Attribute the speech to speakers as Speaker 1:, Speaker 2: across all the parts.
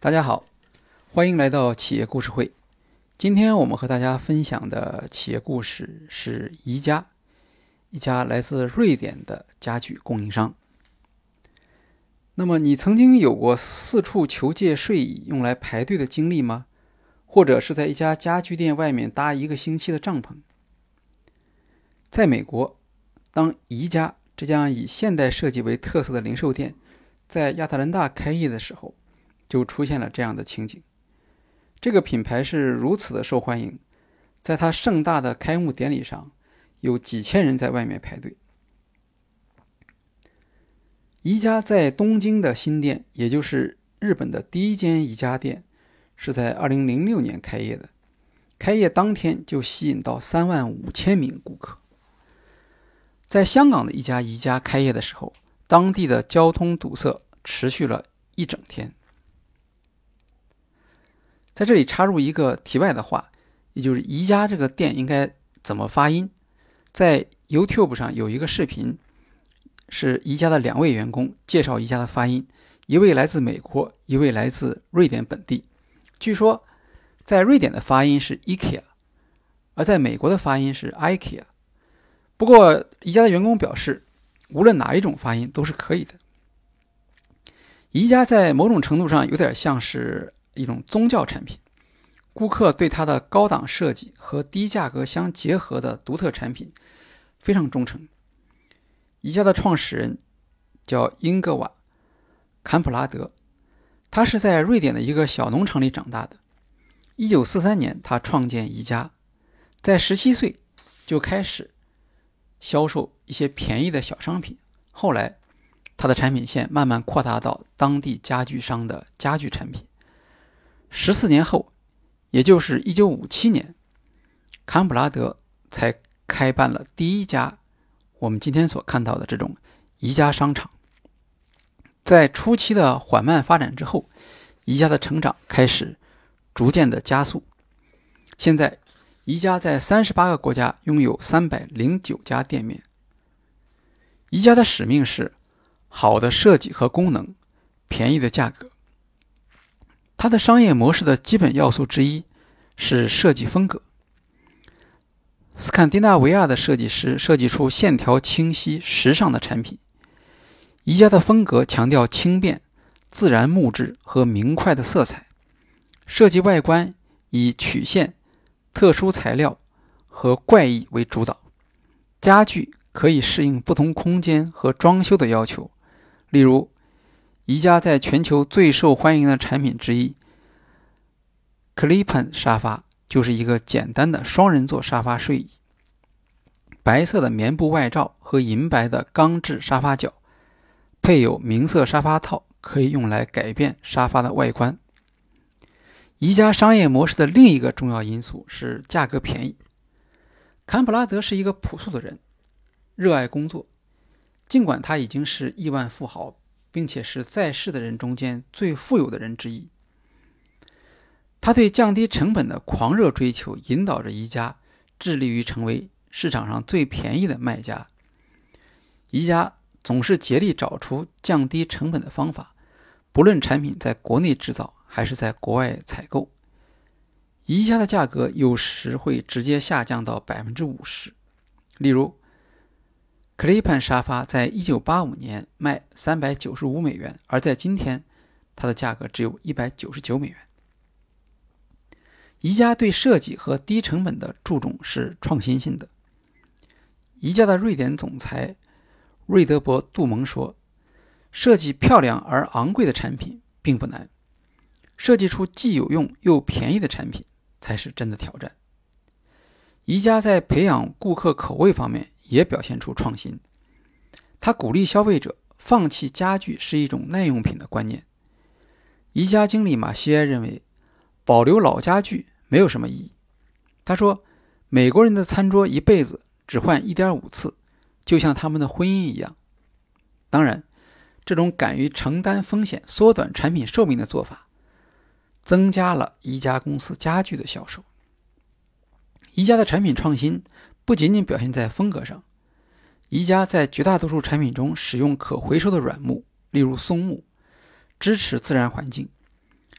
Speaker 1: 大家好，欢迎来到企业故事会。今天我们和大家分享的企业故事是宜家，一家来自瑞典的家具供应商。那么你曾经有过四处求借睡椅用来排队的经历吗？或者是在一家家具店外面搭1个星期的帐篷？在美国，当宜家这家以现代设计为特色的零售店在亚特兰大开业的时候，就出现了这样的情景。这个品牌是如此的受欢迎，在它盛大的开幕典礼上，有几千人在外面排队。宜家在东京的新店，也就是日本的第一间宜家店，是在2006年开业的。开业当天就吸引到35000名顾客。在香港的一家宜家开业的时候，当地的交通堵塞持续了一整天。在这里插入一个题外的话，也就是宜家这个店应该怎么发音。在 YouTube 上有一个视频，是宜家的2位员工介绍宜家的发音，一位来自美国，一位来自瑞典本地。据说在瑞典的发音是 IKEA， 而在美国的发音是 IKEA。 不过宜家的员工表示，无论哪一种发音都是可以的。宜家在某种程度上有点像是一种宗教产品，顾客对它的高档设计和低价格相结合的独特产品非常忠诚。宜家的创始人叫英格瓦·坎普拉德，他是在瑞典的一个小农场里长大的。1943年他创建宜家，在17岁就开始销售一些便宜的小商品，后来他的产品线慢慢扩大到当地家具商的家具产品。14年后，也就是1957年，坎普拉德才开办了第一家我们今天所看到的这种宜家商场。在初期的缓慢发展之后，宜家的成长开始逐渐的加速。现在宜家在38个国家拥有309家店面。宜家的使命是好的设计和功能，便宜的价格。它的商业模式的基本要素之一是设计风格。斯堪的纳维亚的设计师设计出线条清晰、时尚的产品。宜家的风格强调轻便、自然木质和明快的色彩，设计外观以曲线、特殊材料和怪异为主导。家具可以适应不同空间和装修的要求，例如宜家在全球最受欢迎的产品之一 Klippan 沙发就是一个简单的双人座沙发睡椅，白色的棉布外罩和银白的钢制沙发脚，配有明色沙发套，可以用来改变沙发的外观。宜家商业模式的另一个重要因素是价格便宜。坎普拉德是一个朴素的人，热爱工作，尽管他已经是亿万富豪，并且是在世的人中间最富有的人之一。他对降低成本的狂热追求引导着宜家致力于成为市场上最便宜的卖家。宜家总是竭力找出降低成本的方法，不论产品在国内制造还是在国外采购。宜家的价格有时会直接下降到 50%。 例如Klippan 沙发在1985年卖395美元，而在今天它的价格只有199美元。宜家对设计和低成本的注重是创新性的。宜家的瑞典总裁瑞德伯·杜蒙说，设计漂亮而昂贵的产品并不难，设计出既有用又便宜的产品才是真的挑战。宜家在培养顾客口味方面也表现出创新，他鼓励消费者放弃家具是一种耐用品的观念。宜家经理马西埃认为，保留老家具没有什么意义。他说，美国人的餐桌一辈子只换 1.5 次，就像他们的婚姻一样。当然，这种敢于承担风险、缩短产品寿命的做法，增加了宜家公司家具的销售。宜家的产品创新不仅仅表现在风格上，宜家在绝大多数产品中使用可回收的软木，例如松木，支持自然环境，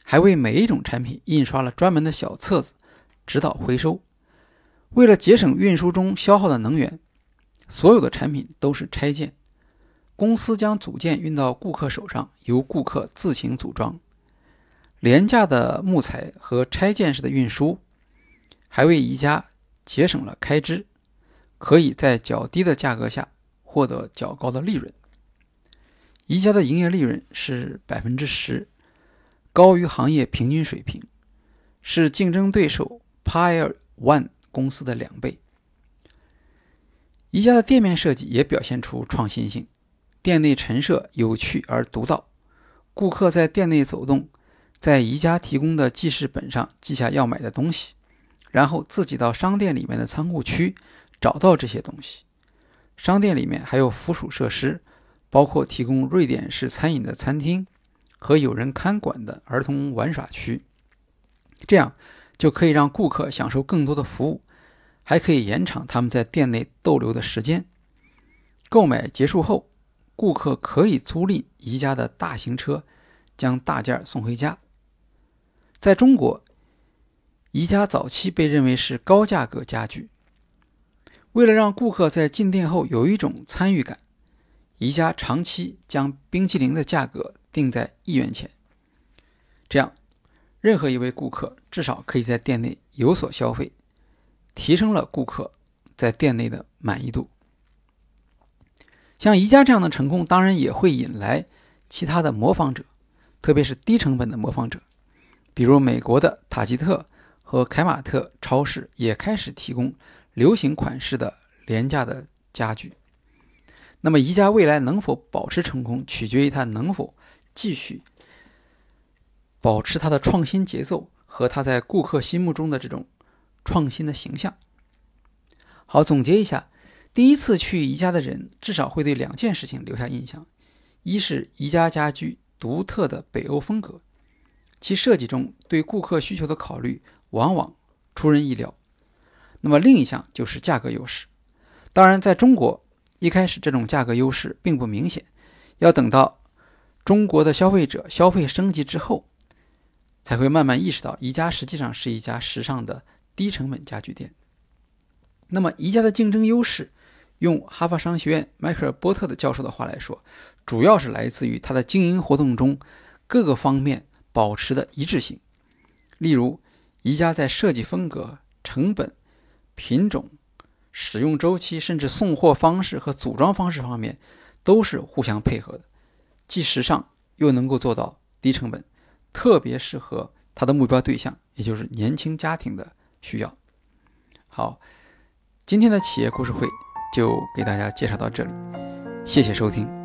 Speaker 1: 还为每一种产品印刷了专门的小册子，指导回收。为了节省运输中消耗的能源，所有的产品都是拆件，公司将组件运到顾客手上，由顾客自行组装。廉价的木材和拆件式的运输，还为宜家节省了开支，可以在较低的价格下获得较高的利润。宜家的营业利润是 10%， 高于行业平均水平，是竞争对手 Pier One 公司的2倍。宜家的店面设计也表现出创新性，店内陈设有趣而独到，顾客在店内走动，在宜家提供的记事本上记下要买的东西，然后自己到商店里面的仓库区找到这些东西。商店里面还有附属设施，包括提供瑞典式餐饮的餐厅和有人看管的儿童玩耍区，这样就可以让顾客享受更多的服务，还可以延长他们在店内逗留的时间。购买结束后，顾客可以租赁宜家的大型车，将大件送回家。在中国，宜家早期被认为是高价格家具，为了让顾客在进店后有一种参与感，宜家长期将冰淇淋的价格定在1元钱，这样任何一位顾客至少可以在店内有所消费，提升了顾客在店内的满意度。像宜家这样的成功当然也会引来其他的模仿者，特别是低成本的模仿者，比如美国的塔吉特和凯马特超市也开始提供流行款式的廉价的家具。那么宜家未来能否保持成功，取决于它能否继续保持它的创新节奏和它在顾客心目中的这种创新的形象。好，总结一下，第一次去宜家的人至少会对2件事情留下印象。一是宜家家居独特的北欧风格，其设计中对顾客需求的考虑往往出人意料。那么另一项就是价格优势。当然在中国一开始这种价格优势并不明显，要等到中国的消费者消费升级之后，才会慢慢意识到宜家实际上是一家时尚的低成本家具店。那么宜家的竞争优势，用哈佛商学院迈克尔波特的教授的话来说，主要是来自于它的经营活动中各个方面保持的一致性。例如，宜家在设计风格、成本、品种、使用周期，甚至送货方式和组装方式方面都是互相配合的，既时尚又能够做到低成本，特别适合它的目标对象，也就是年轻家庭的需要。好，今天的企业故事会就给大家介绍到这里，谢谢收听。